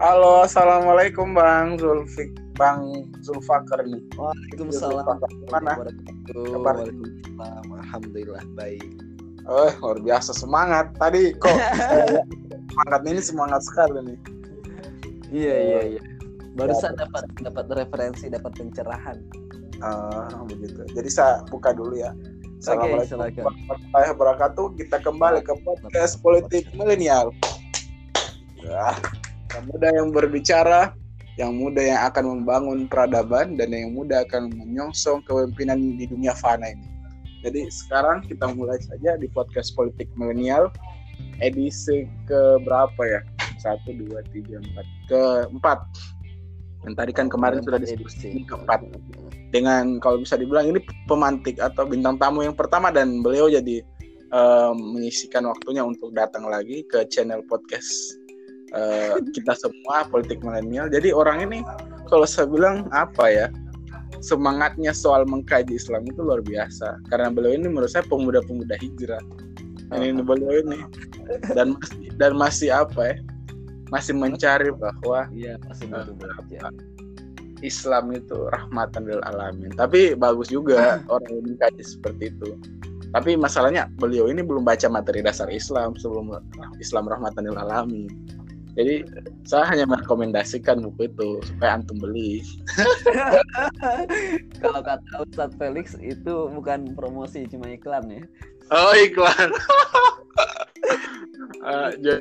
Halo, assalamualaikum Bang Zulfakar nih. Waalaikumsalam. Mana? Kabar? Waalaikumsalam. Alhamdulillah baik. Oh, luar biasa semangat. Tadi kok semangat ini semangat sekali nih. Iya. Barusan dapat referensi, dapat pencerahan. Begitu. Jadi saya buka dulu ya. Assalamualaikum warahmatullahi wabarakatuh. Kita kembali ke podcast Politik Milenial. Yang muda yang berbicara, yang muda yang akan membangun peradaban, dan yang muda akan menyongsong kepemimpinan di dunia fana ini. Jadi sekarang kita mulai saja di podcast Politik Milenial edisi ke berapa ya? 1, 2, 3, 4 keempat. Dan tadi kan kemarin sudah diskusi keempat. Dengan kalau bisa dibilang ini pemantik atau bintang tamu yang pertama, dan beliau jadi menyisikan waktunya untuk datang lagi ke channel podcast kita semua Politik Milenial. Jadi orang ini kalau saya bilang apa ya, semangatnya soal mengkaji Islam itu luar biasa, karena beliau ini menurut saya pemuda-pemuda hijrah. Ini beliau ini dan masih apa ya, masih mencari bahwa Islam itu rahmatan lil alamin. Tapi bagus juga orang yang mengkaji seperti itu. Tapi masalahnya beliau ini belum baca materi dasar Islam sebelum Islam rahmatan lil alamin. Jadi saya hanya merekomendasikan buku itu supaya antum beli. Kalau kata Ustadz Felix itu bukan promosi, cuma iklan ya. Oh, iklan. Jadi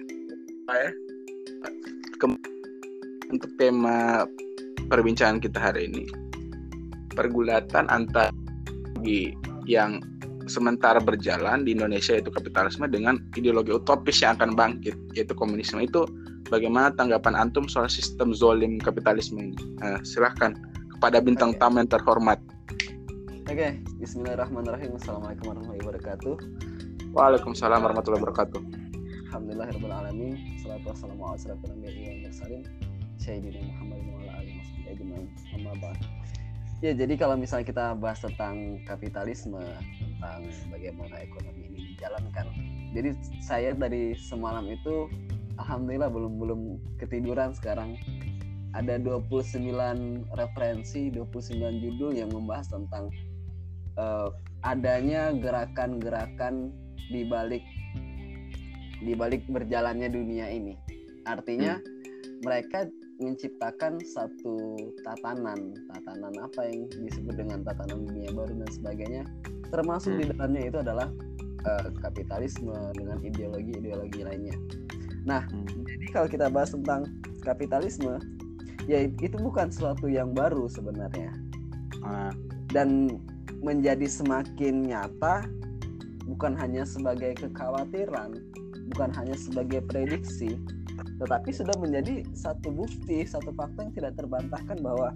untuk tema perbincangan kita hari ini, pergulatan antara yang sementara berjalan di Indonesia yaitu kapitalisme dengan ideologi utopis yang akan bangkit yaitu komunisme. Itu bagaimana tanggapan antum soal sistem zolim kapitalisme ini? Silahkan kepada bintang tamu yang terhormat. Oke, bismillahirrahmanirrahim. Assalamualaikum warahmatullahi wabarakatuh. Waalaikumsalam warahmatullahi wabarakatuh. Alhamdulillahirabbil alamin. Shalatu wassalamu ala asyrofil anbiya'i wal mursalin sayyidina Muhammadin wa ala alihi washabihi ajmain. Amma ba'd. Ya, jadi kalau misalnya kita bahas tentang kapitalisme, tentang bagaimana ekonomi ini dijalankan. Jadi saya dari semalam itu alhamdulillah belum ketiduran sekarang. Ada 29 referensi, 29 judul yang membahas tentang adanya gerakan-gerakan di balik berjalannya dunia ini. Artinya mereka menciptakan satu tatanan apa yang disebut dengan tatanan dunia baru dan sebagainya. Termasuk di dalamnya itu adalah kapitalisme dengan ideologi lainnya. Nah, jadi kalau kita bahas tentang kapitalisme, ya itu bukan sesuatu yang baru sebenarnya. Dan menjadi semakin nyata bukan hanya sebagai kekhawatiran, bukan hanya sebagai prediksi, tetapi sudah menjadi satu bukti, satu fakta yang tidak terbantahkan bahwa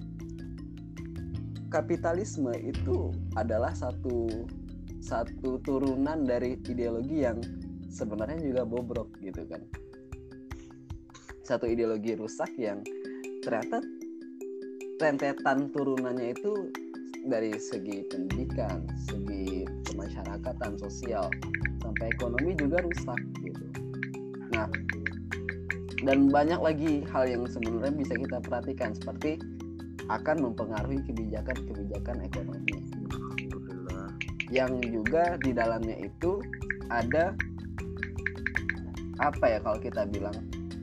kapitalisme itu adalah satu turunan dari ideologi yang sebenarnya juga bobrok gitu kan. Satu ideologi rusak yang ternyata rentetan turunannya itu dari segi pendidikan, segi kemasyarakatan, sosial, sampai ekonomi juga rusak gitu. Nah, dan banyak lagi hal yang sebenarnya bisa kita perhatikan, seperti akan mempengaruhi kebijakan ekonomi. Yang juga di dalamnya itu ada apa ya, kalau kita bilang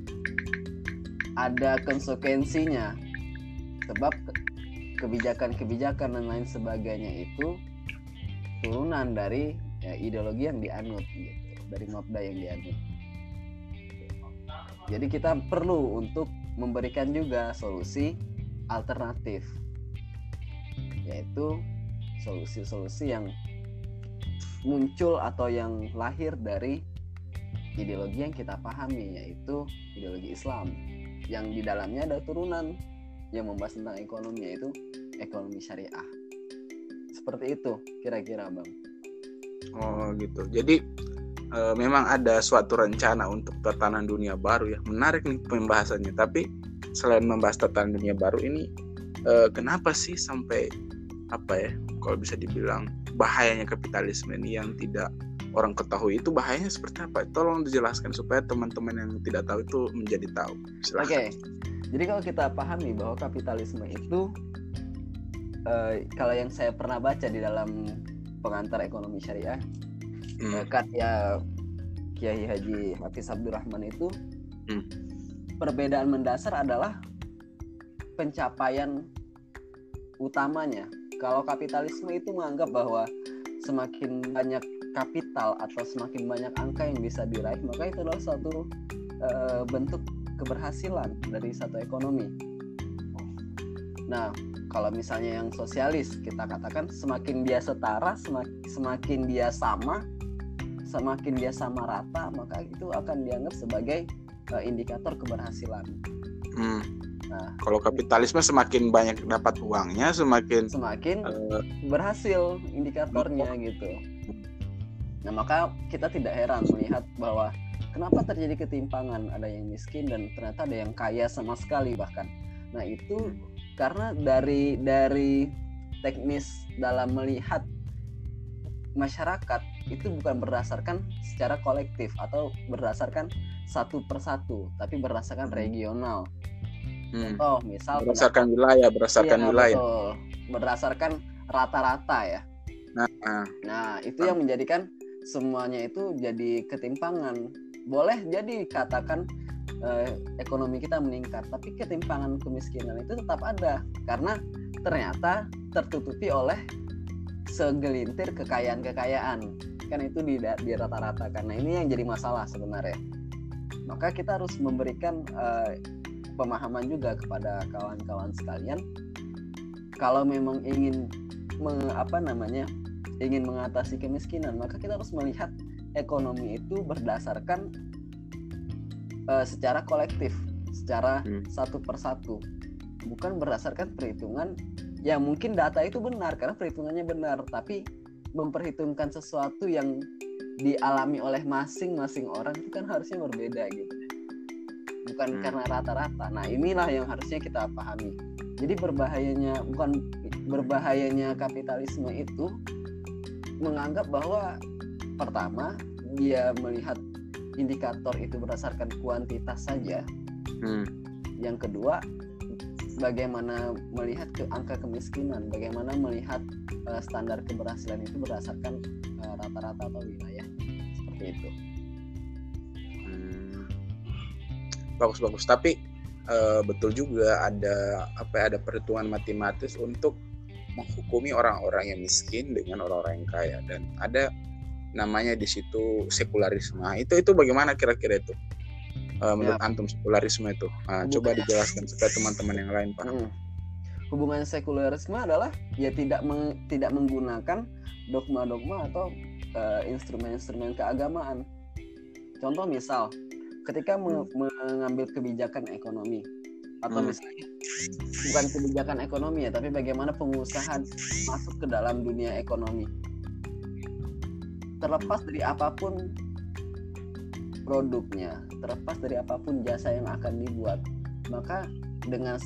ada konsekuensinya, sebab kebijakan dan lain sebagainya itu turunan dari ideologi yang dianut gitu, dari mabda yang dianut. Jadi kita perlu untuk memberikan juga solusi alternatif, yaitu solusi-solusi yang muncul atau yang lahir dari ideologi yang kita pahami, yaitu ideologi Islam, yang di dalamnya ada turunan yang membahas tentang ekonomi, yaitu ekonomi syariah. Seperti itu kira-kira, Bang. Oh gitu. Jadi memang ada suatu rencana untuk tatanan dunia baru ya. Menarik nih pembahasannya. Tapi selain membahas tatanan dunia baru ini, kenapa sih sampai kalau bisa dibilang bahayanya kapitalisme ini yang tidak orang ketahui, itu bahayanya seperti apa? Tolong dijelaskan supaya teman-teman yang tidak tahu itu menjadi tahu. Oke. Jadi kalau kita pahami bahwa kapitalisme itu kalau yang saya pernah baca di dalam pengantar ekonomi syariah, karya Kiai Haji Hafiz Abdurrahman itu, perbedaan mendasar adalah pencapaian utamanya. Kalau kapitalisme itu menganggap bahwa semakin banyak kapital atau semakin banyak angka yang bisa diraih, maka itu adalah suatu bentuk keberhasilan dari satu ekonomi. Nah, kalau misalnya yang sosialis, kita katakan semakin dia setara, semakin dia sama rata, maka itu akan dianggap sebagai indikator keberhasilan. Nah, kalau kapitalisme semakin banyak dapat uangnya, semakin berhasil indikatornya gitu. Nah, maka kita tidak heran melihat bahwa kenapa terjadi ketimpangan, ada yang miskin dan ternyata ada yang kaya sama sekali bahkan. Nah, itu karena dari teknis dalam melihat masyarakat itu bukan berdasarkan secara kolektif atau berdasarkan satu persatu, tapi berdasarkan regional. Contoh misal berdasarkan wilayah, betul, berdasarkan rata-rata ya. Nah, itu yang menjadikan semuanya itu jadi ketimpangan. Boleh jadi katakan ekonomi kita meningkat, tapi ketimpangan kemiskinan itu tetap ada karena ternyata tertutupi oleh segelintir kekayaan kan itu di rata-rata. Karena ini yang jadi masalah sebenarnya. Maka kita harus memberikan pemahaman juga kepada kawan-kawan sekalian, kalau memang ingin mengatasi kemiskinan, maka kita harus melihat ekonomi itu berdasarkan secara kolektif, secara satu persatu, bukan berdasarkan perhitungan yang mungkin data itu benar karena perhitungannya benar, tapi memperhitungkan sesuatu yang dialami oleh masing-masing orang itu kan harusnya berbeda gitu, bukan karena rata-rata. Nah, inilah yang harusnya kita pahami. Jadi berbahayanya kapitalisme itu menganggap bahwa pertama dia melihat indikator itu berdasarkan kuantitas saja. Yang kedua, bagaimana melihat ke angka kemiskinan, bagaimana melihat standar keberhasilan itu berdasarkan rata-rata atau wilayah, seperti itu. Bagus. Tapi betul juga ada perhitungan matematis untuk menghukumi orang-orang yang miskin dengan orang-orang yang kaya, dan ada namanya di situ sekularisme. Itu bagaimana kira-kira itu menurut antum sekularisme itu? Coba dijelaskan supaya teman-teman yang lain paham. Hubungan sekularisme adalah ya tidak menggunakan dogma-dogma atau instrumen-instrumen keagamaan. Contoh misal ketika mengambil kebijakan ekonomi, atau misalnya bukan kebijakan ekonomi ya, tapi bagaimana pengusaha masuk ke dalam dunia ekonomi. Terlepas dari apapun produknya, terlepas dari apapun jasa yang akan dibuat, maka dengan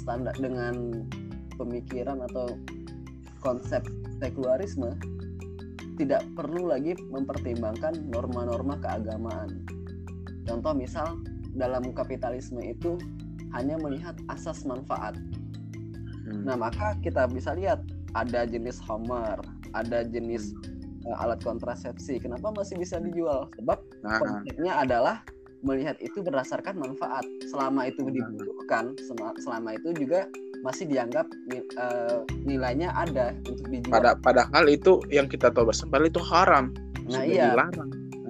pemikiran atau konsep sekularisme tidak perlu lagi mempertimbangkan norma-norma keagamaan. Contoh misal dalam kapitalisme itu hanya melihat asas manfaat. Nah, maka kita bisa lihat ada jenis Homer, ada jenis alat kontrasepsi. Kenapa masih bisa dijual? Sebab konsepnya adalah melihat itu berdasarkan manfaat. Selama itu dibutuhkan, selama itu juga masih dianggap nilainya ada untuk dijual. Padahal itu yang kita tahu bersama itu haram. Nah, iya. Dilarang.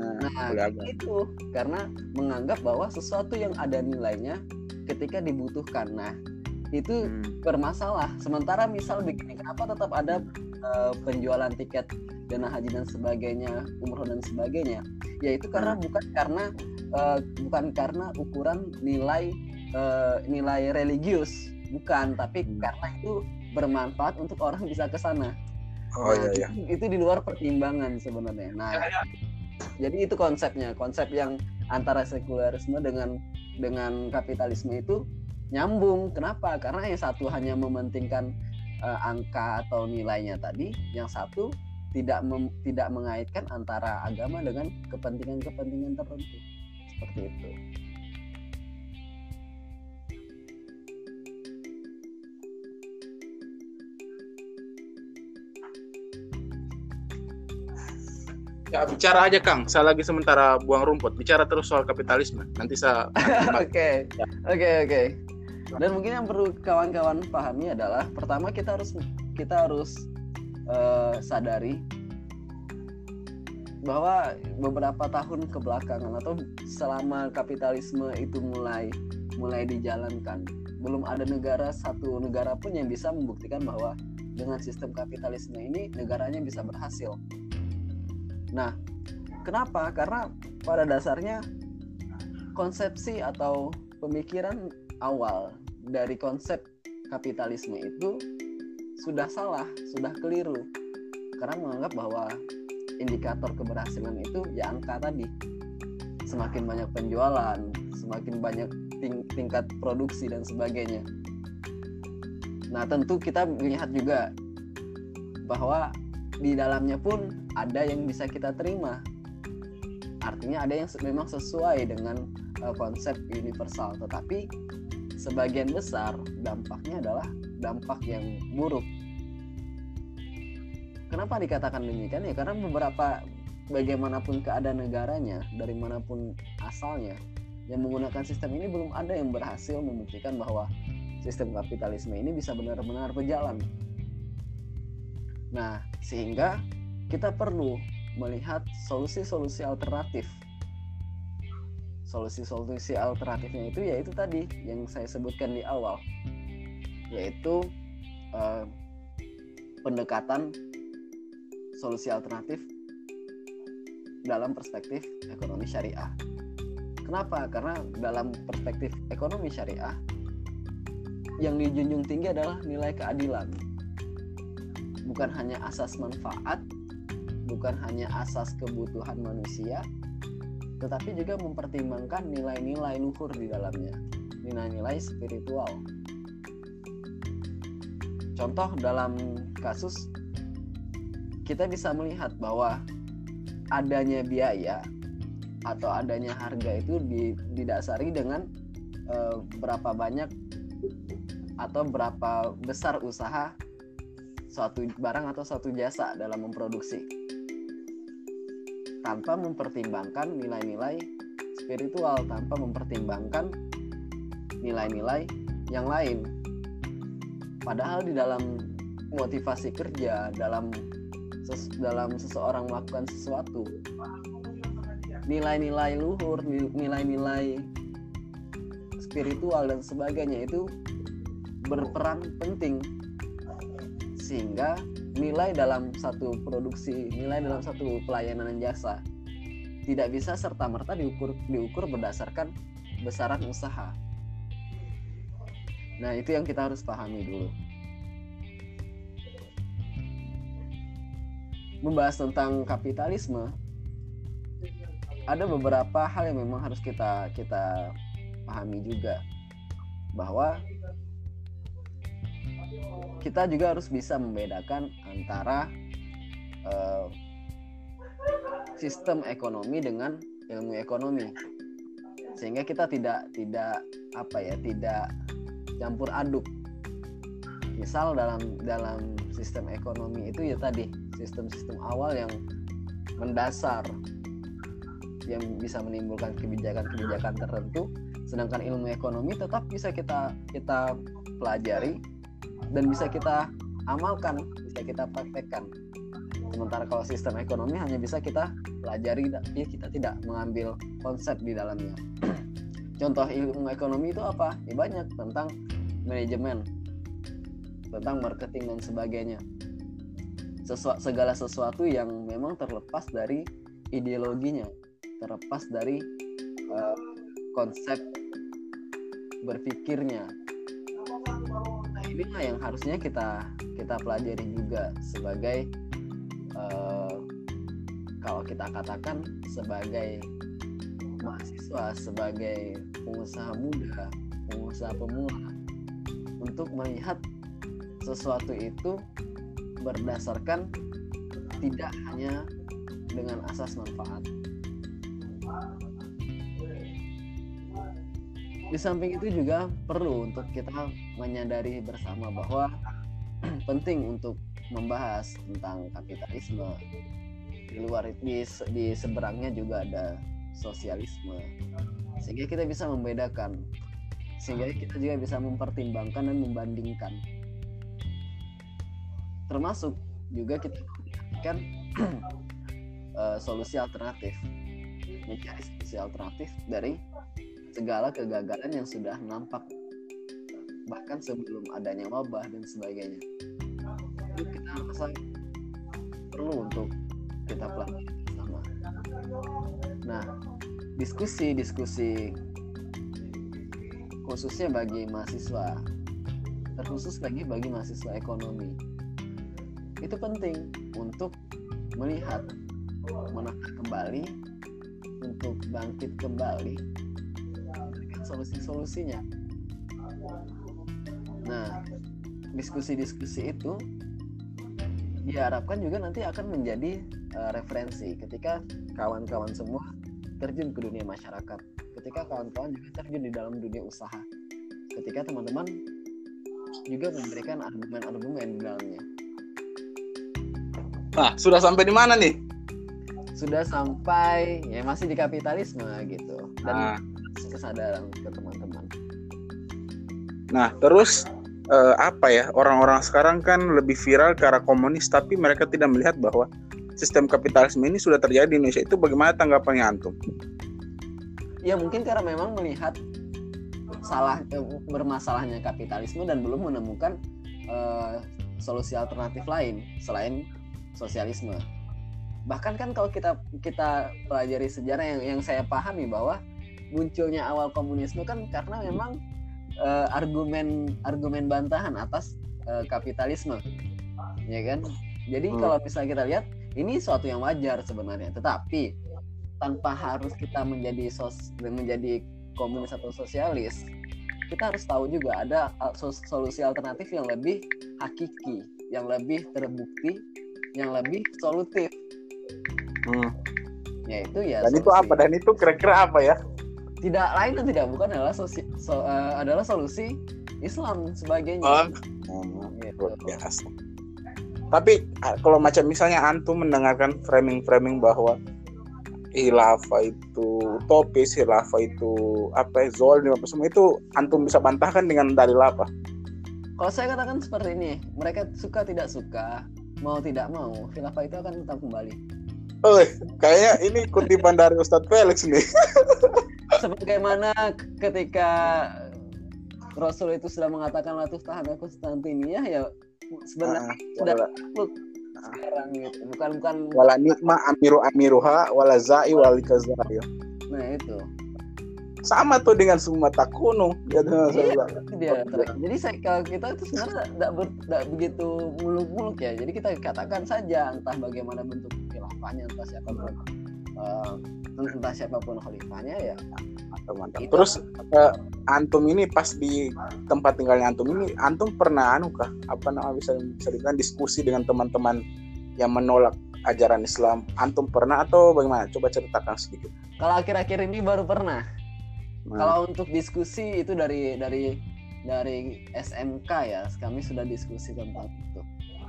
Itu karena menganggap bahwa sesuatu yang ada nilainya ketika dibutuhkan. Nah, itu bermasalah. Sementara misal begini, kenapa tetap ada penjualan tiket dana haji dan sebagainya, umroh dan sebagainya? Yaitu karena bukan karena ukuran nilai religius, bukan, tapi karena itu bermanfaat untuk orang bisa ke sana. Itu di luar pertimbangan sebenarnya. Nah, jadi itu konsepnya, konsep yang antara sekularisme dengan kapitalisme itu nyambung. Kenapa? Karena yang satu hanya mementingkan angka atau nilainya tadi, yang satu tidak mengaitkan antara agama dengan kepentingan tertentu. Seperti itu. Ya bicara aja Kang, saya lagi sementara buang rumput, bicara terus soal kapitalisme. Nanti saya Oke. Dan mungkin yang perlu kawan-kawan pahami adalah pertama kita harus sadari bahwa beberapa tahun kebelakangan atau selama kapitalisme itu mulai dijalankan, belum ada satu negara pun yang bisa membuktikan bahwa dengan sistem kapitalisme ini negaranya bisa berhasil. Nah, kenapa? Karena pada dasarnya konsepsi atau pemikiran awal dari konsep kapitalisme itu sudah salah, sudah keliru. Karena menganggap bahwa indikator keberhasilan itu ya angka tadi. Semakin banyak penjualan, semakin banyak tingkat produksi dan sebagainya. Nah, tentu kita melihat juga bahwa di dalamnya pun ada yang bisa kita terima. Artinya ada yang memang sesuai dengan konsep universal, tetapi sebagian besar dampaknya adalah dampak yang buruk. Kenapa dikatakan demikian? Ya karena bagaimanapun keadaan negaranya, dari manapun asalnya, yang menggunakan sistem ini belum ada yang berhasil membuktikan bahwa sistem kapitalisme ini bisa benar-benar berjalan. Nah, sehingga kita perlu melihat solusi-solusi alternatif. Solusi-solusi alternatifnya itu yaitu tadi yang saya sebutkan di awal, yaitu pendekatan solusi alternatif dalam perspektif ekonomi syariah. Kenapa? Karena dalam perspektif ekonomi syariah yang dijunjung tinggi adalah nilai keadilan. Bukan hanya asas manfaat, bukan hanya asas kebutuhan manusia, tetapi juga mempertimbangkan nilai-nilai luhur di dalamnya, nilai-nilai spiritual. Contoh dalam kasus, kita bisa melihat bahwa adanya biaya atau adanya harga itu didasari dengan berapa banyak atau berapa besar usaha suatu barang atau suatu jasa dalam memproduksi, tanpa mempertimbangkan nilai-nilai spiritual, tanpa mempertimbangkan nilai-nilai yang lain. Padahal di dalam motivasi kerja, dalam seseorang melakukan sesuatu, nilai-nilai luhur, nilai-nilai spiritual dan sebagainya itu berperan penting, sehingga nilai dalam satu produksi, nilai dalam satu pelayanan dan jasa tidak bisa serta-merta diukur berdasarkan besaran usaha. Nah, itu yang kita harus pahami dulu. Membahas tentang kapitalisme, ada beberapa hal yang memang harus kita pahami juga, bahwa kita juga harus bisa membedakan antara sistem ekonomi dengan ilmu ekonomi, sehingga kita tidak campur aduk. Misal dalam sistem ekonomi itu ya tadi sistem-sistem awal yang mendasar yang bisa menimbulkan kebijakan-kebijakan tertentu, sedangkan ilmu ekonomi tetap bisa kita pelajari dan bisa kita amalkan, bisa kita praktekkan. Sementara kalau sistem ekonomi hanya bisa kita pelajari, tapi kita tidak mengambil konsep di dalamnya. Contoh ilmu ekonomi itu apa? Ya banyak, tentang manajemen, tentang marketing dan sebagainya. Segala sesuatu yang memang terlepas dari ideologinya, terlepas dari konsep berpikirnya. Inilah yang harusnya kita pelajari juga sebagai kalau kita katakan sebagai mahasiswa, sebagai pengusaha muda, pengusaha pemula, untuk melihat sesuatu itu berdasarkan tidak hanya dengan asas manfaat. Di samping itu juga perlu untuk kita menyadari bersama bahwa penting untuk membahas tentang kapitalisme. Di luar di seberangnya juga ada sosialisme. Sehingga kita bisa membedakan. Sehingga kita juga bisa mempertimbangkan dan membandingkan. Termasuk juga kita memperhatikan solusi alternatif. Mencari solusi alternatif dari segala kegagalan yang sudah nampak bahkan sebelum adanya wabah dan sebagainya. Itu kita rasa perlu untuk kita pelajari bersama. Nah, diskusi khususnya bagi mahasiswa, terkhusus lagi bagi mahasiswa ekonomi, itu penting untuk melihat, menata kembali, untuk bangkit kembali solusi-solusinya. Nah, diskusi-diskusi itu diharapkan juga nanti akan menjadi referensi ketika kawan-kawan semua terjun ke dunia masyarakat, ketika kawan-kawan juga terjun di dalam dunia usaha, ketika teman-teman juga memberikan argumen-argumen di dalamnya. Nah, sudah sampai di mana nih? Sudah sampai ya masih di kapitalisme gitu, dan kesadaran ke teman-teman. Nah, terus orang-orang sekarang kan lebih viral ke arah komunis, tapi mereka tidak melihat bahwa sistem kapitalisme ini sudah terjadi di Indonesia. Itu bagaimana tanggapannya antum? Ya mungkin karena memang melihat bermasalahnya kapitalisme dan belum menemukan solusi alternatif lain selain sosialisme. Bahkan kan kalau kita pelajari sejarah yang saya pahami bahwa munculnya awal komunisme kan karena memang argumen bantahan atas kapitalisme, ya kan? Jadi kalau misalnya kita lihat ini suatu yang wajar sebenarnya, tetapi tanpa harus kita menjadi komunis atau sosialis, kita harus tahu juga ada solusi alternatif yang lebih hakiki, yang lebih terbukti, yang lebih solutif. Yaitu ya. Dan itu apa? Dan itu kira-kira apa ya? Tidak lain dan tidak bukan adalah solusi Islam sebagainya. Gitu. Biasa. Tapi kalau macam misalnya antum mendengarkan framing bahwa khilafah itu utopis, khilafah itu zalim apa semua, itu antum bisa bantahkan dengan dalil apa? Kalau saya katakan seperti ini, mereka suka tidak suka, mau tidak mau, khilafah itu akan tetap kembali. Kayaknya ini kutipan dari Ustadz Felix nih. Sebagaimana ketika Rasul itu sudah mengatakan la tuftahana Konstantinia, ya sebenarnya sudah sekarang gitu. Bukan wala nikma amiruha wala za'i wal kazai. Nah, itu. Sama tuh dengan Sumata kuno. Dia. Jadi kalau kita itu sebenarnya tidak begitu muluk-muluk ya. Jadi kita katakan saja entah bagaimana bentuk khilafahnya, entah siapapun khalifahnya ya. Mantap. Terus antum ini pas di tempat tinggalnya antum ini, antum pernah bisa dibilang diskusi dengan teman-teman yang menolak ajaran Islam? Antum pernah atau bagaimana? Coba ceritakan sedikit. Kalau akhir-akhir ini baru pernah. Kalau untuk diskusi itu dari SMK ya, kami sudah diskusi tentang itu.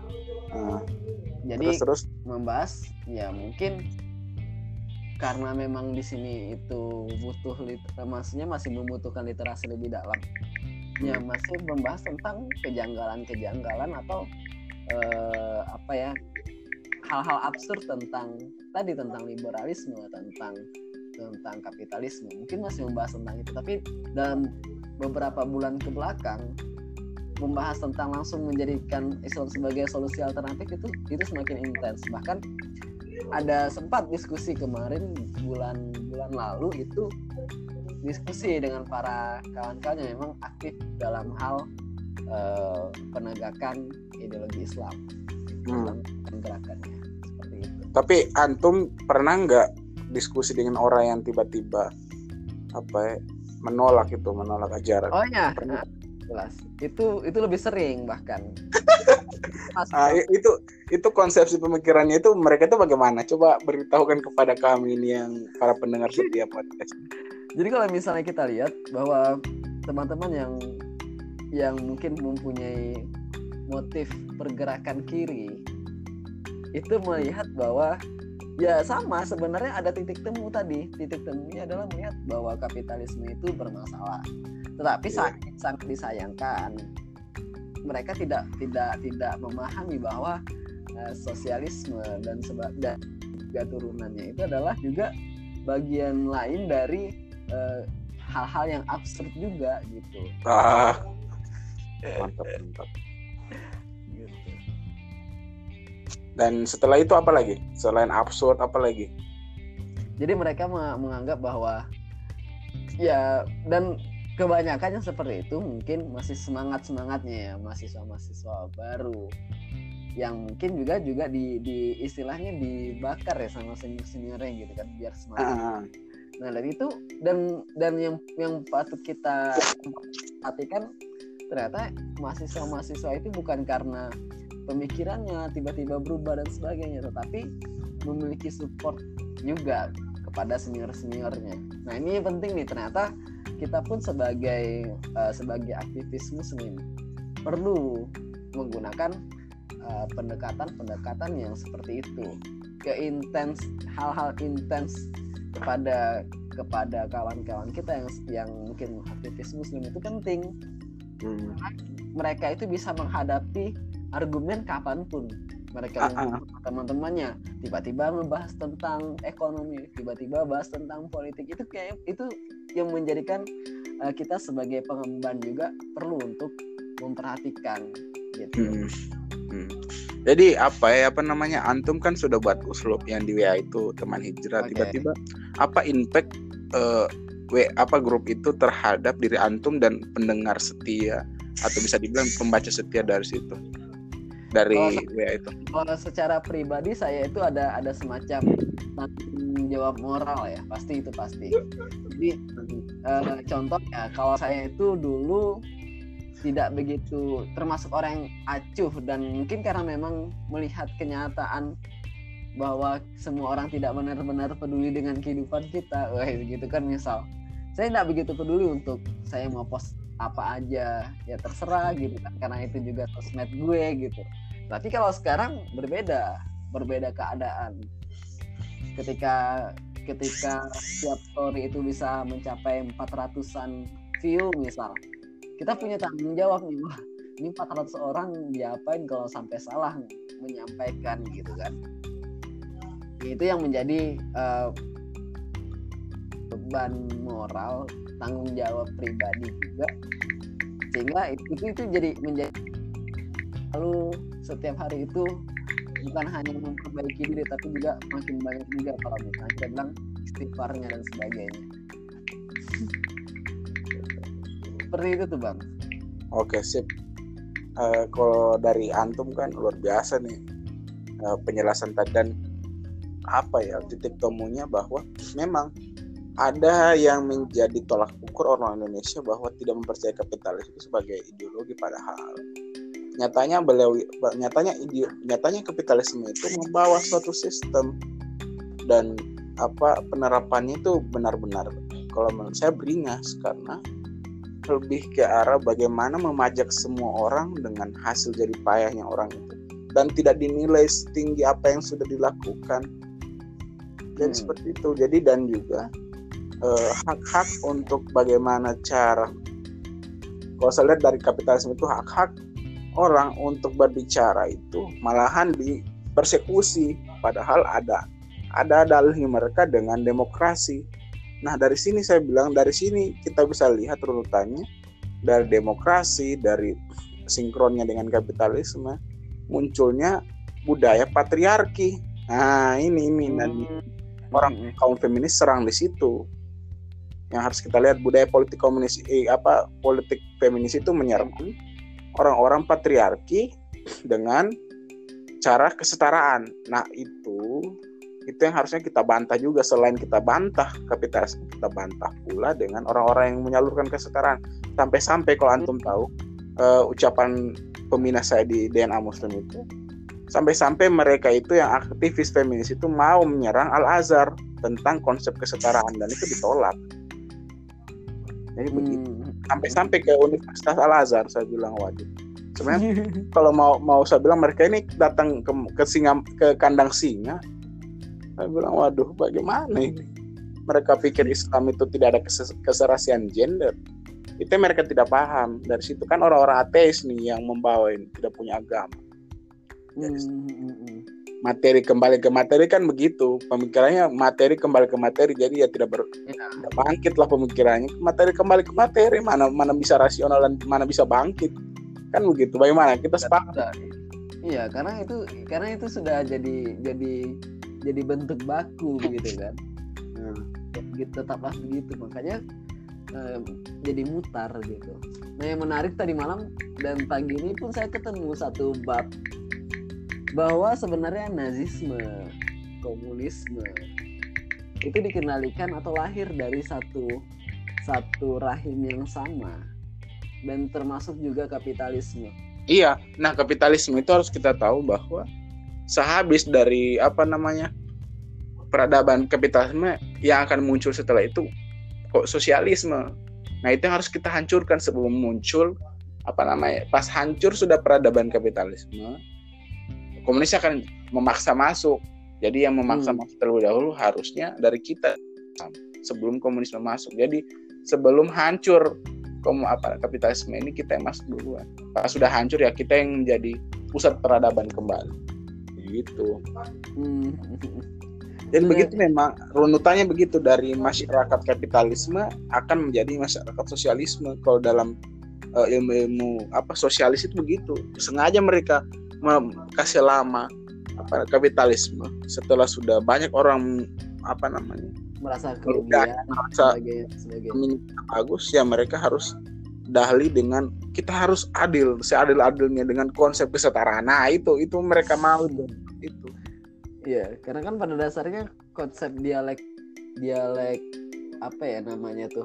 Jadi terus membahas ya mungkin karena memang di sini itu maksudnya masih membutuhkan literasi lebih dalam. Ya masih membahas tentang kejanggalan atau hal-hal absurd tentang liberalisme, tentang kapitalisme. Mungkin masih membahas tentang itu, tapi dalam beberapa bulan ke belakang membahas tentang langsung menjadikan Islam sebagai solusi alternatif itu semakin intens. Bahkan ada sempat diskusi kemarin bulan lalu itu diskusi dengan para kawan-kawan yang memang aktif dalam hal penegakan ideologi Islam dalam gerakannya seperti itu. Tapi antum pernah nggak diskusi dengan orang yang tiba-tiba menolak ajaran? Oh ya, jelas. Itu lebih sering bahkan. Itu konsepsi pemikirannya itu mereka itu bagaimana? Coba beritahukan kepada kami ini yang para pendengar setiap podcast. Jadi kalau misalnya kita lihat bahwa teman-teman yang mungkin mempunyai motif pergerakan kiri itu melihat bahwa ya sama, sebenarnya ada titik temu tadi. Titik temunya adalah melihat bahwa kapitalisme itu bermasalah. Tetapi sangat disayangkan mereka tidak memahami bahwa sosialisme dan juga turunannya itu adalah juga bagian lain dari hal-hal yang absurd juga gitu. Mantap. Gitu. Dan setelah itu apa lagi? Selain absurd apa lagi? Jadi mereka menganggap bahwa ya, dan kebanyakan yang seperti itu mungkin masih semangatnya ya, mahasiswa baru yang mungkin juga di istilahnya dibakar ya sama seniornya gitu kan, biar semangat. Nah dari itu dan yang patut kita perhatikan, ternyata mahasiswa itu bukan karena pemikirannya tiba-tiba berubah dan sebagainya, tetapi memiliki support juga kepada seniornya. Nah ini penting nih, ternyata kita pun sebagai aktivis muslim perlu menggunakan pendekatan yang seperti itu, hal-hal intens kepada kawan-kawan kita yang mungkin aktivis muslim itu penting. Mereka itu bisa menghadapi argumen kapanpun. Mereka teman-temannya tiba-tiba membahas tentang ekonomi, tiba-tiba bahas tentang politik, itu yang menjadikan kita sebagai pengemban juga perlu untuk memperhatikan gitu. Jadi antum kan sudah buat uslub yang di WA itu teman hijrah. Tiba-tiba apa impact grup itu terhadap diri antum dan pendengar setia, atau bisa dibilang pembaca setia dari situ, dari WA itu? Kalau secara pribadi saya itu ada semacam tanggung jawab moral ya, pasti. Jadi contoh ya, kalau saya itu dulu tidak begitu termasuk orang yang acuh, dan mungkin karena memang melihat kenyataan bahwa semua orang tidak benar-benar peduli dengan kehidupan kita, gitu kan. Misal saya tidak begitu peduli untuk saya mau post apa aja ya terserah gitu kan, karena itu juga sosmed gue gitu. Tapi kalau sekarang berbeda keadaan. Ketika setiap story itu bisa mencapai 400-an view misal, kita punya tanggung jawab nih, wah ini 400 orang diapain kalau sampai salah menyampaikan gitu kan. Itu yang menjadi beban moral, tanggung jawab pribadi juga, sehingga itu jadi menjadi lalu setiap hari itu bukan hanya memperbaiki diri, tapi juga makin banyak juga kalau misalnya kita bilang istighfarnya dan sebagainya. Seperti itu tuh Bang. Oke, sip. Kalau dari antum kan luar biasa nih penjelasan tadi, dan titik temunya bahwa memang ada yang menjadi tolak ukur orang Indonesia bahwa tidak mempercayai kapitalis itu sebagai ideologi, padahal nyatanya kapitalisme itu membawa suatu sistem, dan penerapannya itu benar-benar kalau menurut saya beringas, karena lebih ke arah bagaimana memajak semua orang dengan hasil jerih payahnya orang itu, dan tidak dinilai setinggi apa yang sudah dilakukan. Jadi seperti itu. Jadi dan juga hak-hak untuk bagaimana cara, kalau saya lihat dari kapitalisme itu hak-hak orang untuk berbicara itu malahan dipersekusi, padahal ada dalihnya mereka dengan demokrasi. Nah dari sini saya bilang, dari sini kita bisa lihat runutannya dari demokrasi, dari sinkronnya dengan kapitalisme, munculnya budaya patriarki. Nah ini dan orang kaum feminis serang di situ. Yang harus kita lihat, budaya politik politik feminis itu menyerang orang-orang patriarki dengan cara kesetaraan. Nah itu yang harusnya kita bantah juga. Selain kita bantah kapitalisme, kita bantah pula dengan orang-orang yang menyalurkan kesetaraan. Sampai-sampai kalau antum tahu ucapan peminat saya di DNA Muslim itu, sampai-sampai mereka itu yang aktivis feminis itu mau menyerang Al-Azhar tentang konsep kesetaraan dan itu ditolak. Jadi begitu. Sampai-sampai ke Universitas Al-Azhar saya bilang waduh. Sebenarnya kalau mau saya bilang mereka ini datang ke kandang singa. Saya bilang waduh bagaimana ini? Mereka pikir Islam itu tidak ada keserasian gender. Itu mereka tidak paham. Dari situ kan orang-orang ateis nih yang membawa ini tidak punya agama. Jadi, materi kembali ke materi kan begitu. Pemikirannya materi kembali ke materi. Jadi ya tidak bangkit lah pemikirannya. Materi kembali ke materi. Mana bisa rasional dan mana bisa bangkit. Kan begitu. Bagaimana kita sepakat? Iya, karena itu sudah jadi bentuk baku gitu kan. Gitu, tetaplah begitu, makanya jadi mutar gitu. Nah yang menarik tadi malam dan pagi ini pun saya ketemu satu bab bahwa sebenarnya nazisme, komunisme itu dikendalikan atau lahir dari satu rahim yang sama, dan termasuk juga kapitalisme. Iya, nah kapitalisme itu harus kita tahu bahwa sehabis dari peradaban kapitalisme yang akan muncul setelah itu kok sosialisme. Nah itu yang harus kita hancurkan sebelum muncul pas hancur sudah peradaban kapitalisme, komunis akan memaksa masuk. Jadi yang memaksa masuk terlebih dahulu harusnya dari kita sebelum komunisme masuk. Jadi sebelum hancur kapitalisme ini kita yang masuk duluan. Pas sudah hancur ya kita yang menjadi pusat peradaban kembali. Begitu. Dan begitu memang runutannya begitu, dari masyarakat kapitalisme akan menjadi masyarakat sosialisme. Kalau dalam ilmu sosialis itu begitu. Sengaja mereka kasih lama kapitalisme setelah sudah banyak orang merasa kerugian, sebagainya bagus ya, mereka harus dahli dengan kita harus adil, seadil-adilnya dengan konsep kesetaraan. Nah itu mereka mau itu. Iya, karena kan pada dasarnya konsep dialek apa ya namanya tuh?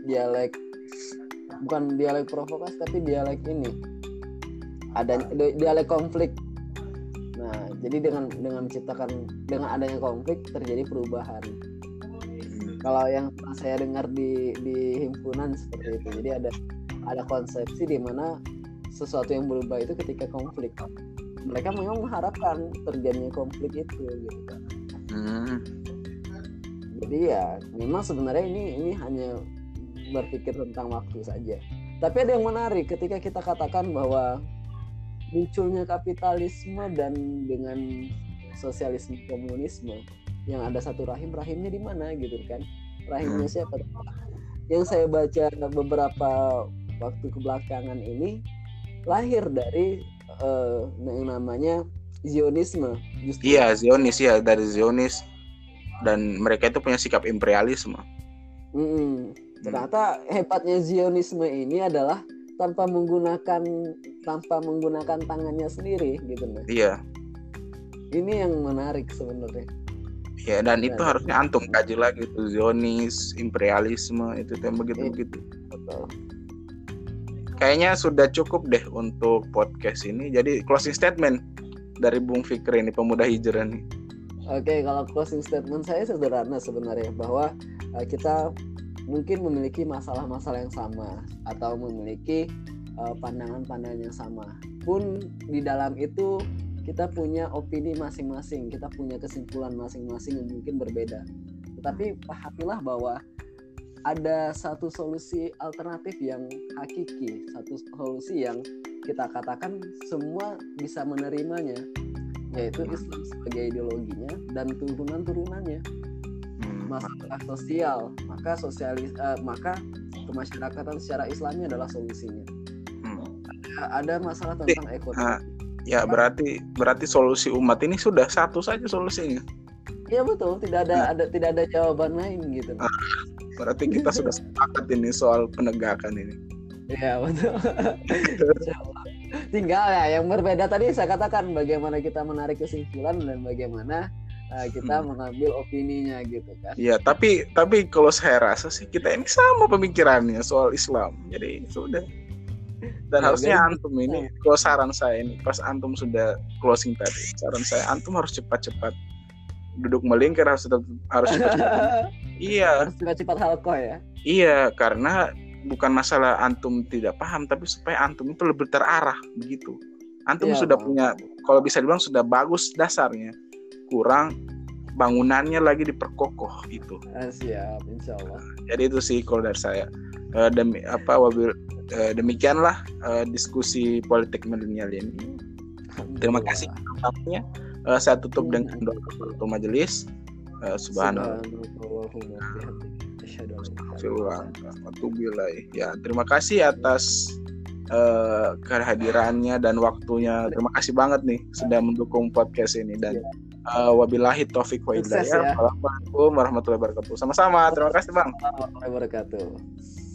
Bukan dialek provokasi tapi dialek ini. Ada dialek konflik. Nah, jadi dengan adanya konflik terjadi perubahan. Kalau yang saya dengar di himpunan seperti itu. Jadi ada konsepsi di mana sesuatu yang berubah itu ketika konflik. Mereka memang mengharapkan terjadinya konflik itu gitu kan. Jadi ya memang sebenarnya ini hanya berpikir tentang waktu saja. Tapi ada yang menarik ketika kita katakan bahwa munculnya kapitalisme dan dengan sosialisme komunisme yang ada satu rahimnya di mana gitu kan. Rahimnya siapa? Yang saya baca beberapa waktu kebelakangan ini lahir dari yang namanya Zionisme. Iya, Zionis ya, dari Zionis, dan mereka itu punya sikap imperialisme. Ternyata hebatnya Zionisme ini adalah tanpa menggunakan tangannya sendiri gitu nah. Iya. Ini yang menarik sebenarnya. Ya, dan itu harusnya antum kaji lagi tuh, Zionis, imperialisme itu yang begitu-begitu. Betul. Kayaknya sudah cukup deh untuk podcast ini. Jadi closing statement dari Bung Fikri ini, pemuda hijrah nih. Oke, kalau closing statement saya sederhana sebenarnya, bahwa kita mungkin memiliki masalah-masalah yang sama atau memiliki pandangan-pandangan yang sama. Pun di dalam itu kita punya opini masing-masing, kita punya kesimpulan masing-masing yang mungkin berbeda. Tetapi pahamilah bahwa ada satu solusi alternatif yang hakiki, satu solusi yang kita katakan semua bisa menerimanya, yaitu Islam sebagai ideologinya dan turunan-turunannya. Masalah sosial, maka kemasyarakatan secara Islami adalah solusinya. Ada masalah tentang ekonomi. Ya berarti solusi umat ini sudah satu saja solusinya. Iya betul, tidak ada jawaban lain gitu. Berarti kita sudah sepakat ini soal penegakan ini. Iya betul. Tinggal ya yang berbeda tadi saya katakan bagaimana kita menarik kesimpulan dan bagaimana kita mengambil opininya gitu kan. Iya, tapi kalau saya rasa sih kita ini sama pemikirannya soal Islam. Jadi sudah. Dan Ya, harusnya biar- antum ini, kalau saran saya ini, pas antum sudah closing tadi, saran saya antum harus cepat-cepat duduk melingkar, harus cepat-cepat. Iya, harus cepat-cepat halkoh ya. iya, karena bukan masalah antum tidak paham, tapi supaya antum itu lebih terarah begitu. Antum Iya, sudah Bang. punya, kalau bisa dibilang sudah bagus dasarnya, kurang bangunannya lagi diperkokoh itu. Siap, insya Allah. Jadi itu sih kalau dari saya. Demikianlah diskusi politik milenial ini. Terima kasih tampaknya. Saya tutup dengan doa kafaratul majelis. Subhanallah. Ya, terima kasih atas kehadirannya dan waktunya. Terima kasih banget nih sudah mendukung podcast ini, dan wabillahi taufik wa hidayah. Assalamualaikum warahmatullahi wabarakatuh. Sama-sama. Terima kasih, Bang. Warahmatullahi wabarakatuh.